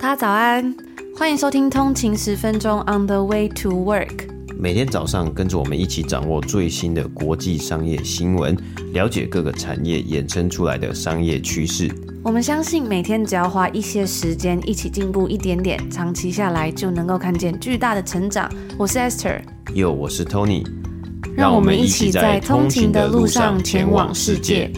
大家早安，欢迎收听通勤10分钟 On the way to work。 每天早上跟着我们一起掌握最新的国际商业新闻，了解各个产业衍生出来的商业趋势。 我们相信每天只要花一些时间一起进步一点点，长期下来就能够看见巨大的成长。我是 Esther， 我是 Tony， 让我们一起在通勤的路上前往世界。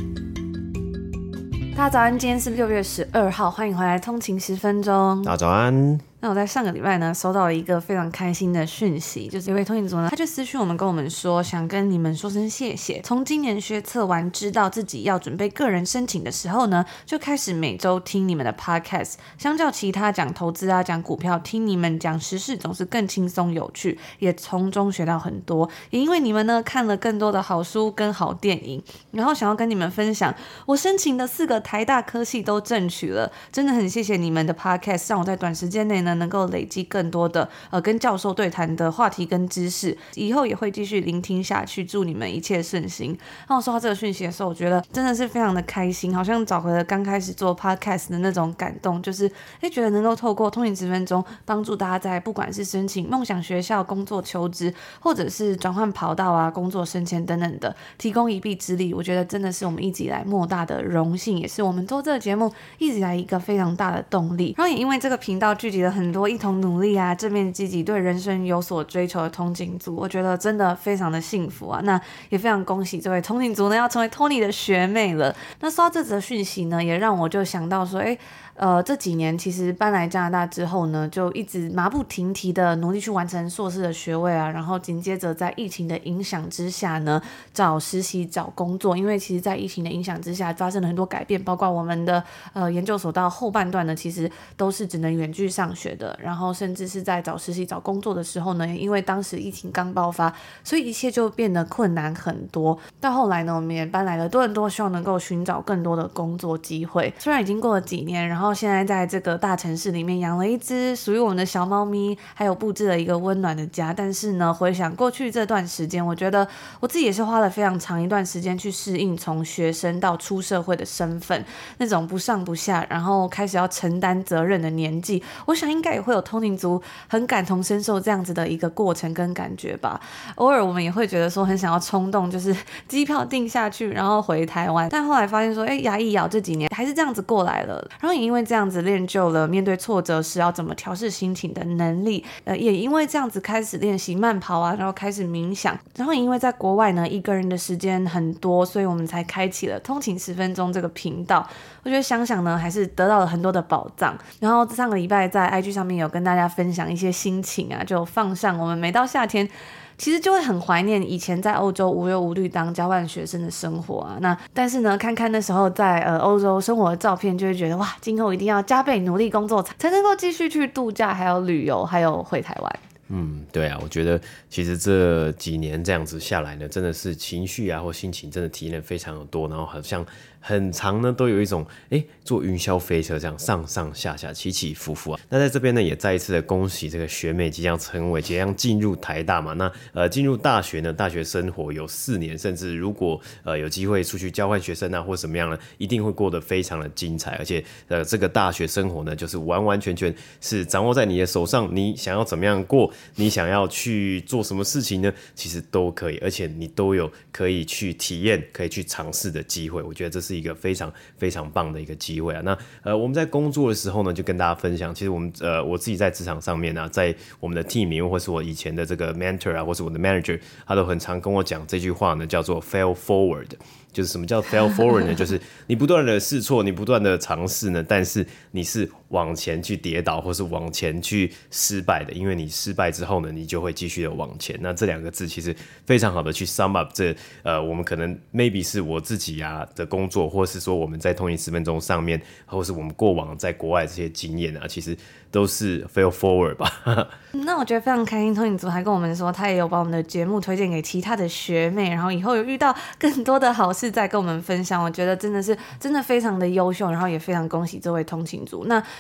大家早安，今天是6月12号，欢迎回来通勤10分钟。 大家早安。 那我在上个礼拜呢，收到了一个非常开心的讯息，就是一位通勤族呢，他就私讯我们跟我们说，想跟你们说声谢谢。从今年学测完，知道自己要准备个人申请的时候呢，就开始每周听你们的 podcast。相较其他讲投资啊、讲股票，听你们讲时事总是更轻松有趣，也从中学到很多。也因为你们呢，看了更多的好书跟好电影，然后想要跟你们分享，我申请的4个台大科系都正取了，真的很谢谢你们的 podcast， 让我在短时间内呢，能够累积更多的跟教授对谈的话题跟知识，以后也会继续聆听下去，祝你们一切顺心。当我收到这个讯息的时候，我觉得真的是非常的开心，好像找回了刚开始做 podcast 的那种感动，就是觉得能够透过通勤10分钟帮助大家在不管是申请梦想学校、工作求职，或者是转换跑道啊、工作升迁等等的，提供一臂之力，我觉得真的是我们一直以来莫大的荣幸，也是我们做这个节目一直以来一个非常大的动力。然后也因为这个频道聚集了很多一同努力啊、正面积极、对人生有所追求的通勤族，我觉得真的非常的幸福啊！那也非常恭喜这位通勤族呢，要成为 Tony 的学妹了。那收到这则讯息呢，也让我就想到说，这几年其实搬来加拿大之后呢，就一直马不停蹄的努力去完成硕士的学位啊，然后紧接着在疫情的影响之下呢，找实习、找工作。因为其实在疫情的影响之下，发生了很多改变，包括我们的研究所到后半段呢，其实都是只能远距上学的，然后甚至是在找实习、找工作的时候呢，因为当时疫情刚爆发，所以一切就变得困难很多。到后来呢，我们也搬来了多伦多，希望能够寻找更多的工作机会。虽然已经过了几年，然后现在在这个大城市里面养了一只属于我们的小猫咪，还有布置了一个温暖的家，但是呢，回想过去这段时间，我觉得我自己也是花了非常长一段时间去适应从学生到出社会的身份，那种不上不下，然后开始要承担责任的年纪，我想应该也会有通勤族很感同身受这样子的一个过程跟感觉吧。偶尔我们也会觉得说很想要冲动，就是机票订下去然后回台湾，但后来发现说牙一咬，这几年还是这样子过来了，然后也因为这样子练就了面对挫折时要怎么调适心情的能力，也因为这样子开始练习慢跑啊，然后开始冥想，然后也因为在国外呢一个人的时间很多，所以我们才开启了通勤10分钟这个频道。我觉得想想呢还是得到了很多的宝藏。然后上个礼拜在 IG 上面有跟大家分享一些心情啊，就放上我们每到夏天其实就会很怀念以前在欧洲无忧无虑当交换学生的生活啊。那但是呢，看看那时候在欧洲生活的照片，就会觉得哇，今后一定要加倍努力工作，才能够继续去度假，还有旅游，还有回台湾。 对啊，我觉得其实这几年这样子下来呢，真的是情绪啊或心情真的体验非常的多，然后好像很长呢都有一种坐云霄飞车这样上上下下起起伏伏啊。那在这边呢也再一次的恭喜这个学妹即将进入台大嘛。那进入大学呢，大学生活有4年，甚至如果有机会出去交换学生啊或什么样呢，一定会过得非常的精彩。而且这个大学生活呢，就是完完全全是掌握在你的手上，你想要怎么样过，你想要去做什么事情呢，其实都可以，而且你都有可以去体验、可以去尝试的机会。我觉得这是一个非常非常棒的一个机会啊。那我们在工作的时候呢，就跟大家分享，其实我自己在职场上面啊，在我们的 team 里面，或是我以前的这个 mentor 啊，或是我的 manager， 他都很常跟我讲这句话呢，叫做 fail forward。就是什么叫 fail forward 呢？就是你不断的试错，你不断的尝试呢，但是你是往前去跌倒，或是往前去失败的，因为你失败之后呢，你就会继续的往前。那这2个字其实非常好的去 sum up 我们可能 maybe 是我自己的工作，或是说我们在通勤10分钟上面，或是我们过往在国外这些经验啊，其实都是 fail forward 吧。 那我觉得非常开心，通勤族还跟我们说，他也有把我们的节目推荐给其他的学妹，然后以后有遇到更多的好事再跟我们分享。我觉得真的非常的优秀，然后也非常恭喜这位通勤族。那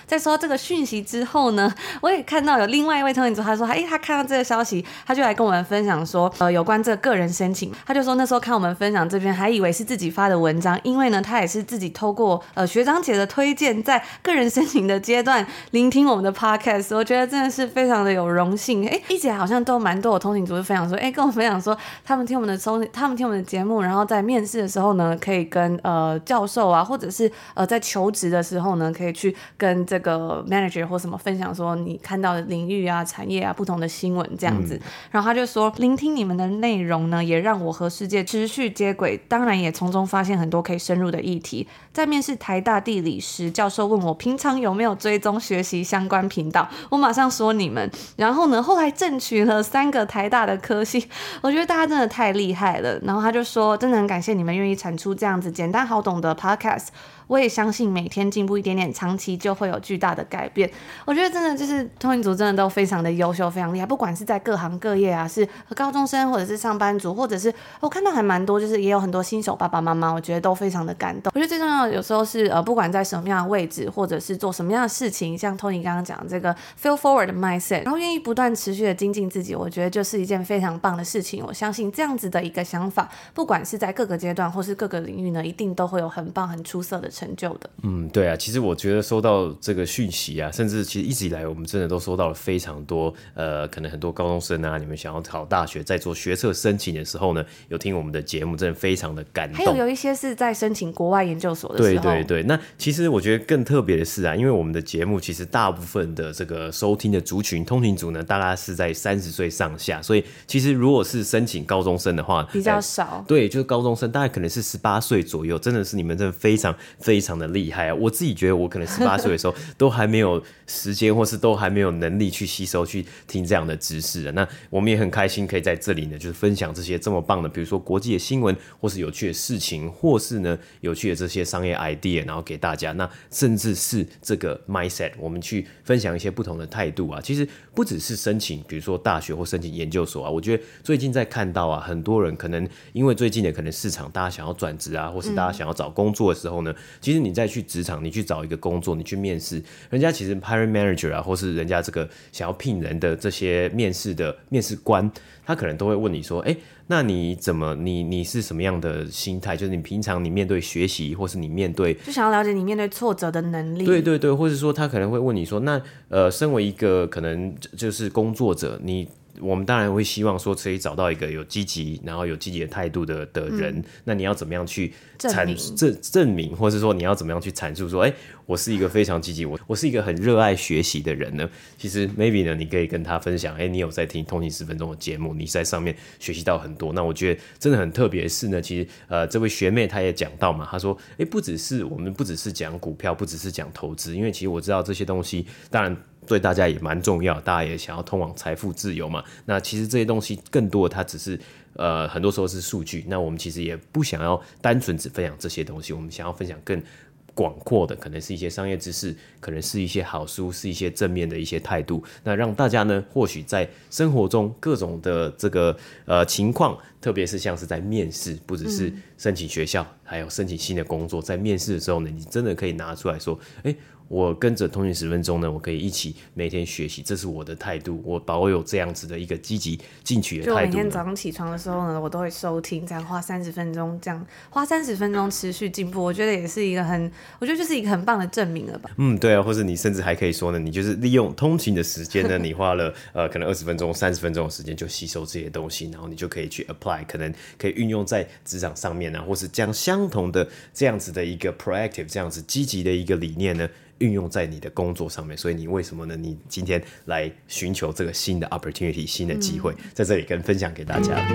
在收到这个讯息之后呢，我也看到有另外一位通勤族，他说他看到这个消息，他就来跟我们分享说有关这个个人申请，他就说那时候看我们分享这边还以为是自己发的文章，因为呢他也是自己透过学长姐的推荐，在个人申请的阶段聆听我们的 podcast， 我觉得真的是非常的有荣幸。一直好像都蛮多有通勤族分享说，跟我分享说他们听我们的节目，然后在面试的时候呢，可以跟教授啊，或者是在求职的时候呢，可以去跟这个 manager 或什么分享说你看到的领域啊、产业啊、不同的新闻这样子。然后他就说，聆听你们的内容呢，也让我和世界持续接轨，当然也从中发现很多可以深入的议题。在面试台大地理时，教授问我平常有没有追踪学习相关频道，我马上说你们。然后呢，后来争取了3个台大的科系，我觉得大家真的太厉害了。然后他就说，真的很感谢你们愿意产出这样子简单好懂的 podcast， 我也相信每天进步一点点，长期就会有巨大的改变。我觉得真的就是通勤族真的都非常的优秀，非常厉害，不管是在各行各业啊，是高中生或者是上班族，或者是我看到还蛮多，就是也有很多新手爸爸妈妈，我觉得都非常的感动。我觉得最重要的有时候是不管在什么样的位置，或者是做什么样的事情，像 Tony 刚刚讲的这个 feel forward mindset， 然后愿意不断持续的精进自己，我觉得就是一件非常棒的事情。我相信这样子的一个想法，不管是在各个阶段或是各个领域呢，一定都会有很棒很出色的成就的。 对啊，其实我觉得收到这个讯息啊，甚至其实一直以来我们真的都收到了非常多可能很多高中生啊，你们想要考大学，在做学测申请的时候呢，有听我们的节目，真的非常的感动。 还有一些是在申请国外研究所的时候。 对，那其实我觉得更特别的是啊，因为我们的节目其实大部分的这个收听的族群通勤族呢，大概是在30岁上下，所以其实如果是申请高中生的话比较少。 对，就是高中生大概可能是18岁左右，真的是你们真的非常非常的厉害啊！我自己觉得我可能18岁的时候都还没有时间，或是都还没有能力去吸收、去听这样的知识。那我们也很开心可以在这里呢，就是分享这些这么棒的，比如说国际的新闻，或是有趣的事情，或是呢有趣的这些商业 idea， 然后给大家。那甚至是这个 mindset， 我们去分享一些不同的态度啊。其实不只是申请，比如说大学或申请研究所啊，我觉得最近在看到啊，很多人可能因为最近的可能市场大家想要转职啊，或是大家想要找工作的时候呢，其实你再去职场，你去找一个工作，你去面试，人家其实 hiring manager 啊，或是人家这个想要聘人的这些面试官，他可能都会问你说，那你是什么样的心态？就是你平常你面对学习，或是你面对就想要了解你面对挫折的能力。 对，或是说他可能会问你说，那身为一个可能就是工作者，我们当然会希望说可以找到一个有积极，然后有积极的态度的人，那你要怎么样去证明，或是说你要怎么样去阐述说，我是一个非常积极，我是一个很热爱学习的人呢？其实 maybe 呢，你可以跟他分享，你有在听通勤10分钟的节目，你在上面学习到很多。那我觉得真的很特别的是呢，其实这位学妹她也讲到嘛，她说，我们不只是讲股票，不只是讲投资，因为其实我知道这些东西，当然对大家也蛮重要，大家也想要通往财富自由嘛。那其实这些东西更多的它只是很多时候是数据。那我们其实也不想要单纯只分享这些东西，我们想要分享更广阔的，可能是一些商业知识，可能是一些好书，是一些正面的一些态度。那让大家呢，或许在生活中各种的这个情况，特别是像是在面试，不只是申请学校，还有申请新的工作，在面试的时候呢，你真的可以拿出来说，我跟着通勤10分钟呢，我可以一起每天学习，这是我的态度，我保有这样子的一个积极进取的态度。 就每天早上起床的时候呢，我都会收听，这样花30分钟，这样花30分钟持续进步，我觉得也是一个我觉得就是一个很棒的证明了吧。 对啊，或是你甚至还可以说呢，你就是利用通勤的时间呢，你花了可能20分钟、30分钟的时间就吸收这些东西，然后你就可以去 apply， 可能可以运用在职场上面啊，或是将相同的这样子的一个 proactive 这样子积极的一个理念呢，运用在你的工作上面。所以你为什么呢？你今天来寻求这个新的 opportunity， 新的机会，在这里跟分享给大家。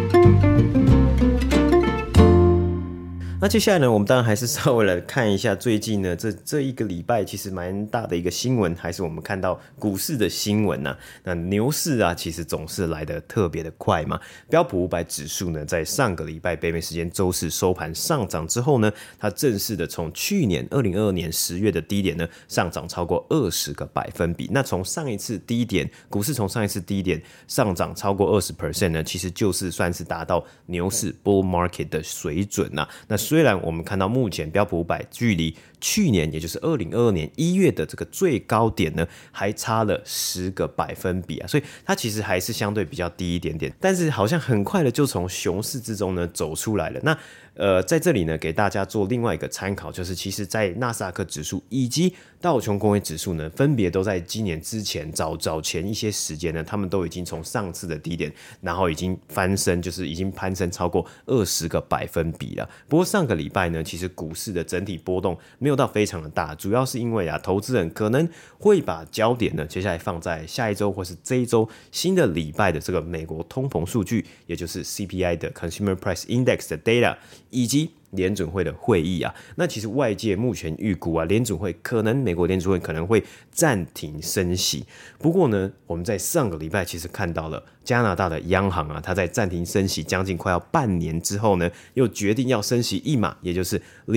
那接下来呢，我们当然还是稍微来看一下最近呢这一个礼拜其实蛮大的一个新闻，还是我们看到股市的新闻啊。那牛市啊，其实总是来得特别的快嘛。标普500指数呢，在上个礼拜北美时间周四收盘上涨之后呢，它正式的从去年2022年10月的低点呢，上涨超过20个百分比。那从上一次低点，股市从上一次低点上涨超过20% 呢，其实就是算是达到牛市 bull market 的水准啊。那虽然我们看到目前标普500距离去年也就是2022年1月的这个最高点呢还差了10个百分比啊，所以它其实还是相对比较低一点点，但是好像很快的就从熊市之中呢走出来了。那在这里呢给大家做另外一个参考，就是其实在纳斯达克指数以及道琼工业指数呢分别都在今年之前早前一些时间呢，他们都已经从上次的低点然后已经翻身，就是已经攀升超过20个百分比了。不过上个礼拜呢其实股市的整体波动没有到非常的大，主要是因为投资人可能会把焦点呢接下来放在下一周或是这一周新的礼拜的这个美国通膨数据，也就是 CPI 的 Consumer Price Index 的 data， 以及联准会的会议啊。那其实外界目前预估啊，美国联准会可能会暂停升息。不过呢，我们在上个礼拜其实看到了加拿大的央行啊，它在暂停升息将近快要半年之后呢，又决定要升息1码，也就是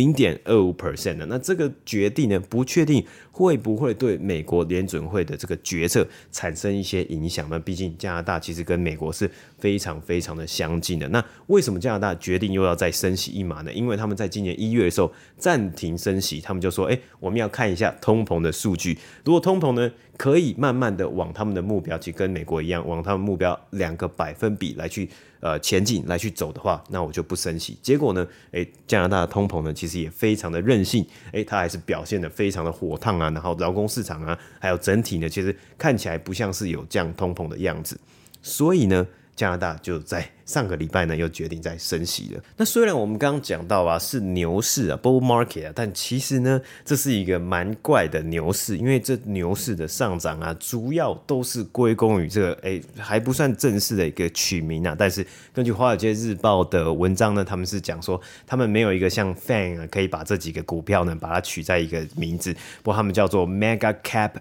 0.25% 的。那这个决定呢，不确定会不会对美国联准会的这个决策产生一些影响呢？毕竟加拿大其实跟美国是非常非常的相近的。那为什么加拿大决定又要再升息1码呢？因为他们在今年1月的时候暂停升息，他们就说我们要看一下通膨的数据，如果通膨呢可以慢慢的往他们的目标，其实跟美国一样，往他们目标2个百分比来去前进来去走的话，那我就不升息。结果呢加拿大的通膨呢其实也非常的任性，它还是表现得非常的火烫啊，然后劳工市场啊还有整体呢其实看起来不像是有降通膨的样子。所以呢加拿大就在上个礼拜呢又决定再升息了。那虽然我们刚刚讲到啊是牛市啊 bull market 啊，但其实呢这是一个蛮怪的牛市，因为这牛市的上涨啊主要都是归功于这个还不算正式的一个取名啊，但是根据华尔街日报的文章呢，他们是讲说他们没有一个像 FANG 啊可以把这几个股票呢把它取在一个名字，不过他们叫做 Mega Cap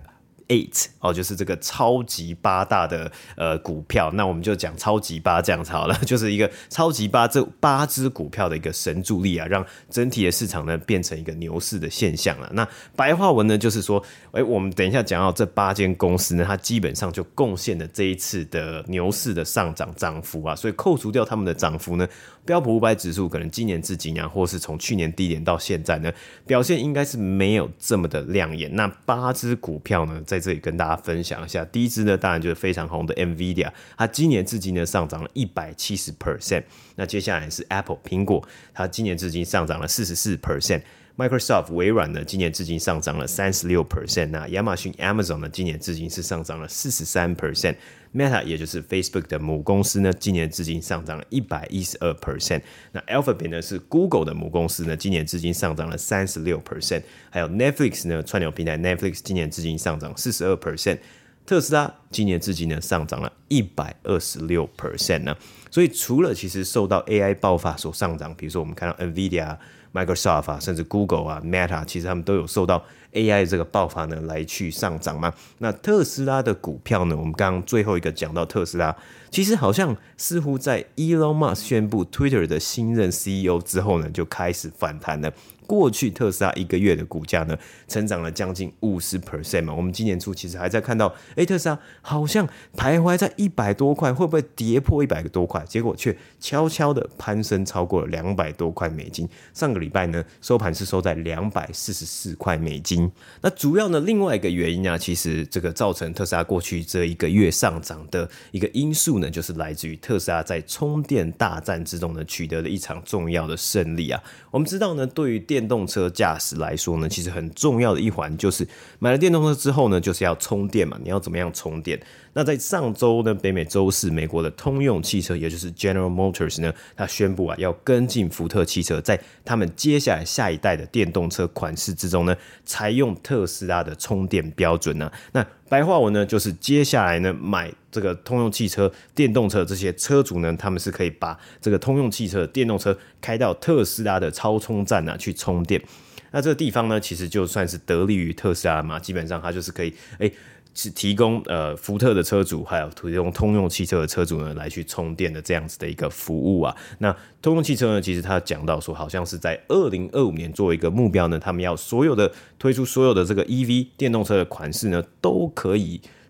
8就是这个超级8大的股票，那我们就讲超级8这样子好了，就是一个超级8这8只股票的一个神助力啊，让整体的市场呢变成一个牛市的现象了。那白话文呢就是说我们等一下讲到这8间公司呢，它基本上就贡献了这一次的牛市的上涨涨幅啊，所以扣除掉他们的涨幅呢，标普500指数可能今年至今啊，或是从去年低点到现在呢，表现应该是没有这么的亮眼。那8只股票呢在这里跟大家分享一下，第一支呢当然就是非常红的 NVIDIA， 它今年至今呢上涨了 170%， 那接下来是 Apple 苹果，它今年至今上涨了 44%， Microsoft 微软呢今年至今上涨了 36%， 那亚马逊 Amazon 呢今年至今是上涨了 43%， Meta 也就是 Facebook 的母公司呢今年至今上涨了 112%， 那 Alphabet 呢是 Google 的母公司呢今年至今上涨了 36%， 还有 Netflix 呢串流平台 Netflix 今年至今上涨 42%， 特斯拉今年至今呢上涨了 126% 呢。所以除了其实受到 AI 爆发所上涨，比如说我们看到 NVIDIA、Microsoft 甚至 Google Meta 其实他们都有受到 AI 这个爆发呢来去上涨嘛。那特斯拉的股票呢，我们刚刚最后一个讲到特斯拉，其实好像似乎在 Elon Musk 宣布 Twitter 的新任 CEO 之后呢就开始反弹了。过去特斯拉1个月的股价呢成长了将近 50% 嘛，我们今年初其实还在看到特斯拉好像徘徊在100多块，会不会跌破100多块，结果却悄悄的攀升超过了200多块美金，上个礼拜呢收盘是收在244块美金。那主要呢另外一个原因啊，其实这个造成特斯拉过去这1个月上涨的一个因素呢，就是来自于特斯拉在充电大战之中呢取得了一场重要的胜利啊。我们知道呢，对于电动车驾驶来说呢，其实很重要的一环就是买了电动车之后呢，就是要充电嘛，你要怎么样充电？那在上周呢，北美洲市美国的通用汽车，也就是 General Motors 呢，它宣布要跟进福特汽车，在他们接下来下一代的电动车款式之中呢，采用特斯拉的充电标准啊。那白话文呢，就是接下来呢，买这个通用汽车电动车这些车主呢，他们是可以把这个通用汽车电动车开到特斯拉的超充站啊去充电。那这个地方呢，其实就算是得利于特斯拉嘛，基本上它就是可以提供福特的车主还有提供通用汽车的车主呢来去充电的这样子的一个服务啊。那通用汽车呢，其实他讲到说好像是在2025年作为一个目标呢，他们要推出所有的这个 EV 电动车的款式呢都可以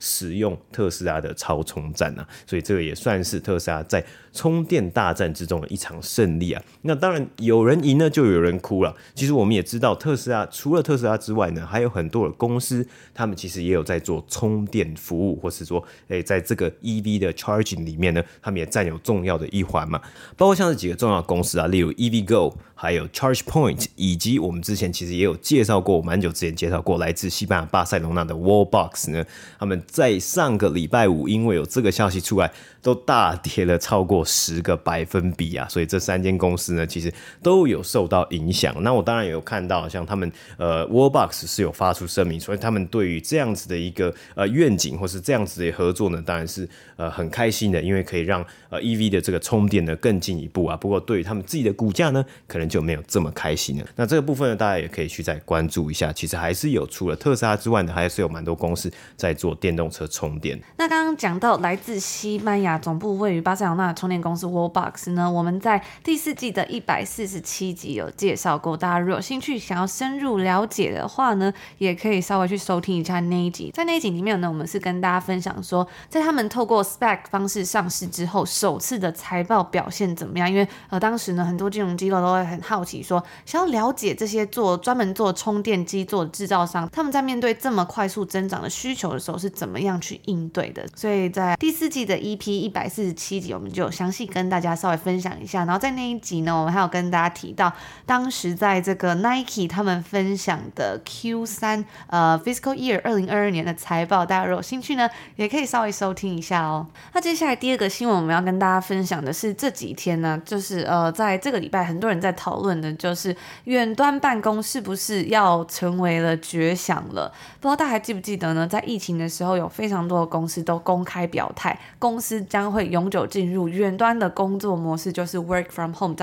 使用特斯拉的超充站啊，所以这个也算是特斯拉在充电大战之中的一场胜利啊。那当然有人赢呢就有人哭了，其实我们也知道特斯拉除了特斯拉之外呢，还有很多的公司他们其实也有在做充电服务，或是说在这个 EV 的 charging 里面呢，他们也占有重要的一环嘛，包括像是几个重要的公司啊，例如 EVgo 还有 ChargePoint， 以及我们之前其实也有介绍过，蛮久之前介绍过来自西班牙巴塞隆纳的 Wallbox 呢，他们在上个礼拜五因为有这个消息出来，都大跌了超过10%啊，所以这3间公司呢其实都有受到影响。那我当然也有看到像他们Wallbox 是有发出声明，所以他们对于这样子的一个愿景或是这样子的合作呢，当然是很开心的，因为可以让EV 的这个充电呢更进一步啊。不过对于他们自己的股价呢，可能就没有这么开心了。那这个部分呢，大家也可以去再关注一下。其实还是有除了特斯拉之外呢，还是有蛮多公司在做电动车充电。 那刚刚讲到来自西班牙总部位于巴塞罗那的充电公司 Wallbox 呢，我们在第4季的147集有介绍过，大家如果有兴趣想要深入了解的话呢，也可以稍微去收听一下那一集。在那一集里面呢，我们是跟大家分享说，在他们透过 SPAC 方式上市之后，首次的财报表现怎么样？因为当时呢，很多金融机构都会很好奇说，想要了解这些专门做充电机做的制造商，他们在面对这么快速增长的需求的时候是怎么样去应对的。所以在第4季的 EP 147集，我们就详细跟大家稍微分享一下。然后在那一集呢，我们还有跟大家提到，当时在这个 Nike 他们分享的 Q3 Fiscal Year 2022年的财报，大家如果有兴趣呢，也可以稍微收听一下哦。那接下来第2个新闻我们要跟大家分享的是这几天呢，就是在这个礼拜很多人在讨论的就是远端办公是不是要成为了绝响了。不知道大家还记不记得呢，在疫情的时候有非常多的公司都公开表态，公司将会永久进入远端的工作模式，就是 Work from Home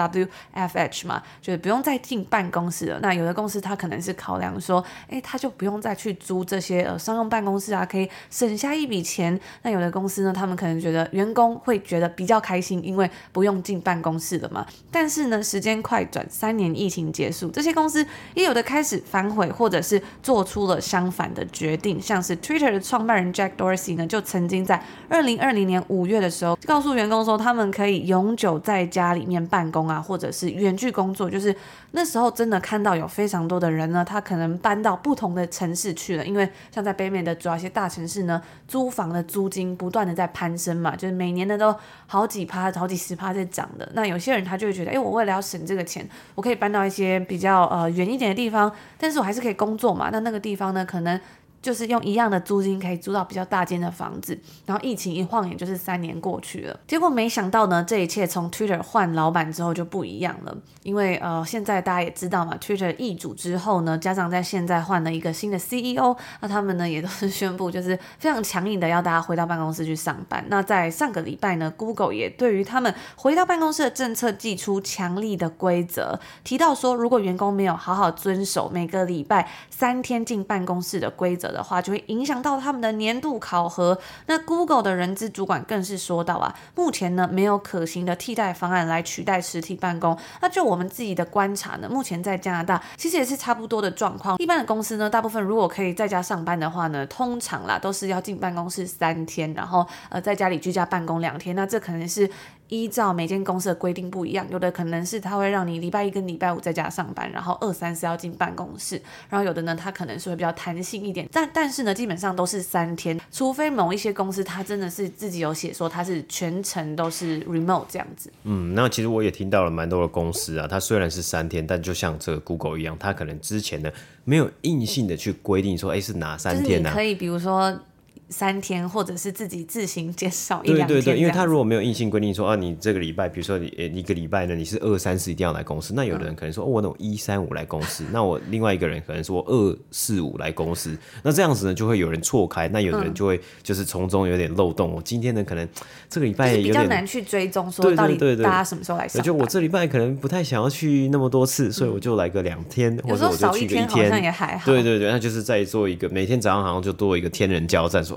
WFH 嘛，就是不用再进办公室了。那有的公司他可能是考量说他就不用再去租这些商用办公室啊，可以省下一笔钱。那有的公司呢，他们可能觉得员工会觉得比较开心，因为不用进办公室了嘛。但是呢，时间快转3年疫情结束，这些公司也有的开始反悔，或者是做出了相反的决定。像是 Twitter 的创办人 Jack Dorsey 呢，就曾经在2020年5月的时候告诉员工说，他们可以永久在家里面办公啊，或者是远距工作。就是那时候真的看到有非常多的人呢，他可能搬到不同的城市去了，因为像在北美的主要一些大城市呢，租房的租金不断的在攀升嘛，就是每年的都好几%、好几10%在涨的。那有些人他就会觉得，我为了要省这个钱，我可以搬到一些比较远一点的地方，但是我还是可以工作嘛。那个地方呢，可能就是用一样的租金可以租到比较大间的房子。然后疫情一晃眼就是3年过去了，结果没想到呢，这一切从 Twitter 换老板之后就不一样了。因为现在大家也知道嘛， Twitter 易主之后呢，加上在现在换了一个新的 CEO， 那他们呢也都是宣布就是非常强硬的要大家回到办公室去上班。那在上个礼拜呢， Google 也对于他们回到办公室的政策祭出强力的规则，提到说如果员工没有好好遵守每个礼拜3天进办公室的规则的话，就会影响到他们的年度考核。那 Google 的人资主管更是说到啊，目前呢没有可行的替代方案来取代实体办公。那就我们自己的观察呢，目前在加拿大其实也是差不多的状况。一般的公司呢，大部分如果可以在家上班的话呢，通常啦都是要进办公室3天，然后在家里居家办公2天。那这可能是依照每间公司的规定不一样，有的可能是他会让你礼拜1跟礼拜5在家上班，然后2、3是要进办公室，然后有的呢他可能是会比较弹性一点，但是呢基本上都是3天，除非某一些公司他真的是自己有写说他是全程都是 remote 这样子。 那其实我也听到了蛮多的公司啊，它虽然是3天，但就像这个 Google 一样，它可能之前呢没有硬性的去规定说是哪3天啊， 就是你可以比如说3天，或者是自己自行减少1、2天。 对对对，因为他如果没有硬性规定说你这个礼拜，比如说一个礼拜呢，你是2、3、4一定要来公司，那有的人可能说我那种1、3、5来公司，那我另外一个人可能说2、4、5来公司，那这样子呢就会有人错开，那有的人就会就是从中有点漏洞。我今天呢可能这个礼拜有点比较难去追踪说到底大家什么时候来上班。 就我这礼拜可能不太想要去那么多次，所以我就来个2天，或者我就去个1天， 好像也还好。 对对对，那就是再做一个每天早上好像就多一个天人交战，说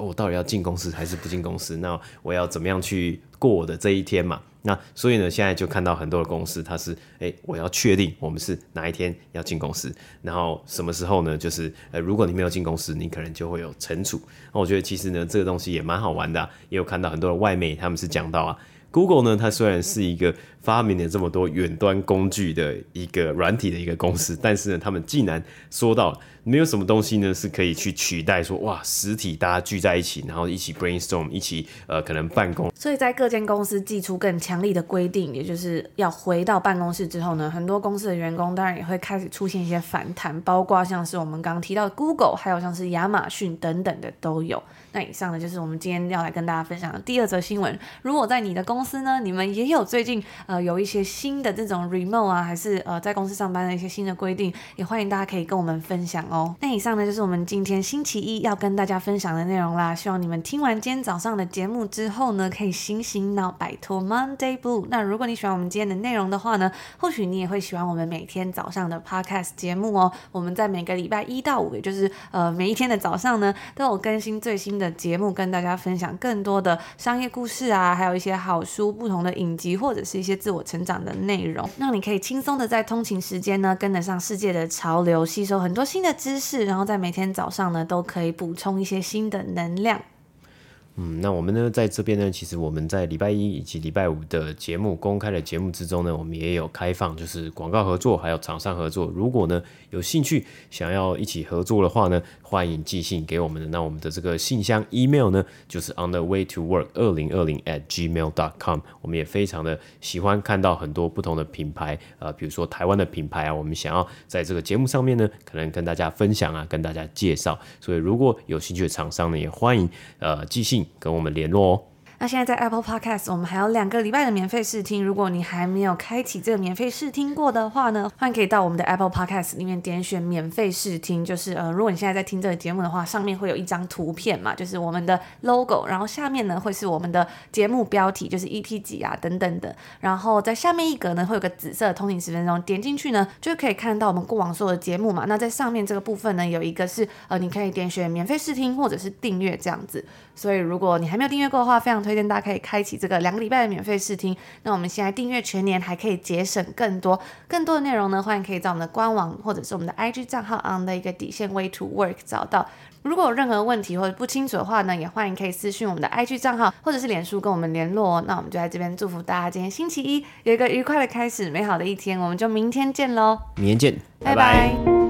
我到底要进公司还是不进公司？那我要怎么样去过我的这一天嘛？那所以呢，现在就看到很多的公司，它是我要确定我们是哪一天要进公司，然后什么时候呢？就是如果你没有进公司，你可能就会有惩处。那我觉得其实呢，这个东西也蛮好玩的也有看到很多的外媒他们是讲到Google 呢，它虽然是一个发明了这么多远端工具的一个软体的一个公司，但是呢，他们竟然说到没有什么东西呢是可以去取代说哇实体大家聚在一起，然后一起 brainstorm， 一起可能办公。 所以在各间公司祭出更强力的规定，也就是要回到办公室之后呢，很多公司的员工当然也会开始出现一些反弹，包括像是我们刚刚提到的 Google， 还有像是亚马逊等等的都有。那以上呢就是我们今天要来跟大家分享的第二则新闻。如果在你的公司呢，你们也有最近有一些新的这种 remote 还是在公司上班的一些新的规定，也欢迎大家可以跟我们分享哦。那以上呢就是我们今天星期一要跟大家分享的内容啦。希望你们听完今天早上的节目之后呢，可以醒醒脑，摆脱 Monday Blue。那如果你喜欢我们今天的内容的话呢，或许你也会喜欢我们每天早上的 podcast 节目哦。我们在每个礼拜1到5，也就是每一天的早上呢，都有更新最新的节目，跟大家分享更多的商业故事还有一些好书、不同的影集，或者是一些自我成长的内容，让你可以轻松的在通勤时间呢，跟得上世界的潮流，吸收很多新的知识，然后在每天早上呢，都可以补充一些新的能量。 那我们呢，在这边呢，其实我们在礼拜一以及礼拜五的节目公开的节目之中呢，我们也有开放就是广告合作，还有厂商合作。如果呢有兴趣想要一起合作的话呢，欢迎寄信给我们的。那我们的这个信箱 email 呢，就是 on the way to work 2020@gmail.com。我们也非常的喜欢看到很多不同的品牌，比如说台湾的品牌我们想要在这个节目上面呢，可能跟大家分享跟大家介绍。所以如果有兴趣的厂商呢，也欢迎寄信跟我们联络哦。 那现在在 Apple Podcast 我们还有2个礼拜的免费试听，如果你还没有开启这个免费试听过的话呢，欢迎可以到我们的 Apple Podcast 里面点选免费试听，就是如果你现在在听这个节目的话，上面会有一张图片嘛，就是我们的 logo， 然后下面呢会是我们的节目标题，就是 EP 几等等的，然后在下面一格呢会有个紫色的通勤10分钟，点进去呢就可以看到我们过往所有的节目嘛。那在上面这个部分呢有一个是你可以点选免费试听或者是订阅这样子，所以如果你还没有订阅过的话，非常推荐大家可以开启这个2个礼拜的免费试听。那我们现在订阅全年还可以节省更多的内容呢，欢迎可以在我们的官网或者是我们的 IG 账号 on 的一个底线 way to work 找到。如果有任何问题或者不清楚的话呢，也欢迎可以私讯我们的 IG 账号或者是脸书跟我们联络那我们就在这边祝福大家今天星期一有一个愉快的开始，美好的一天，我们就明天见咯。 明天见，拜拜拜。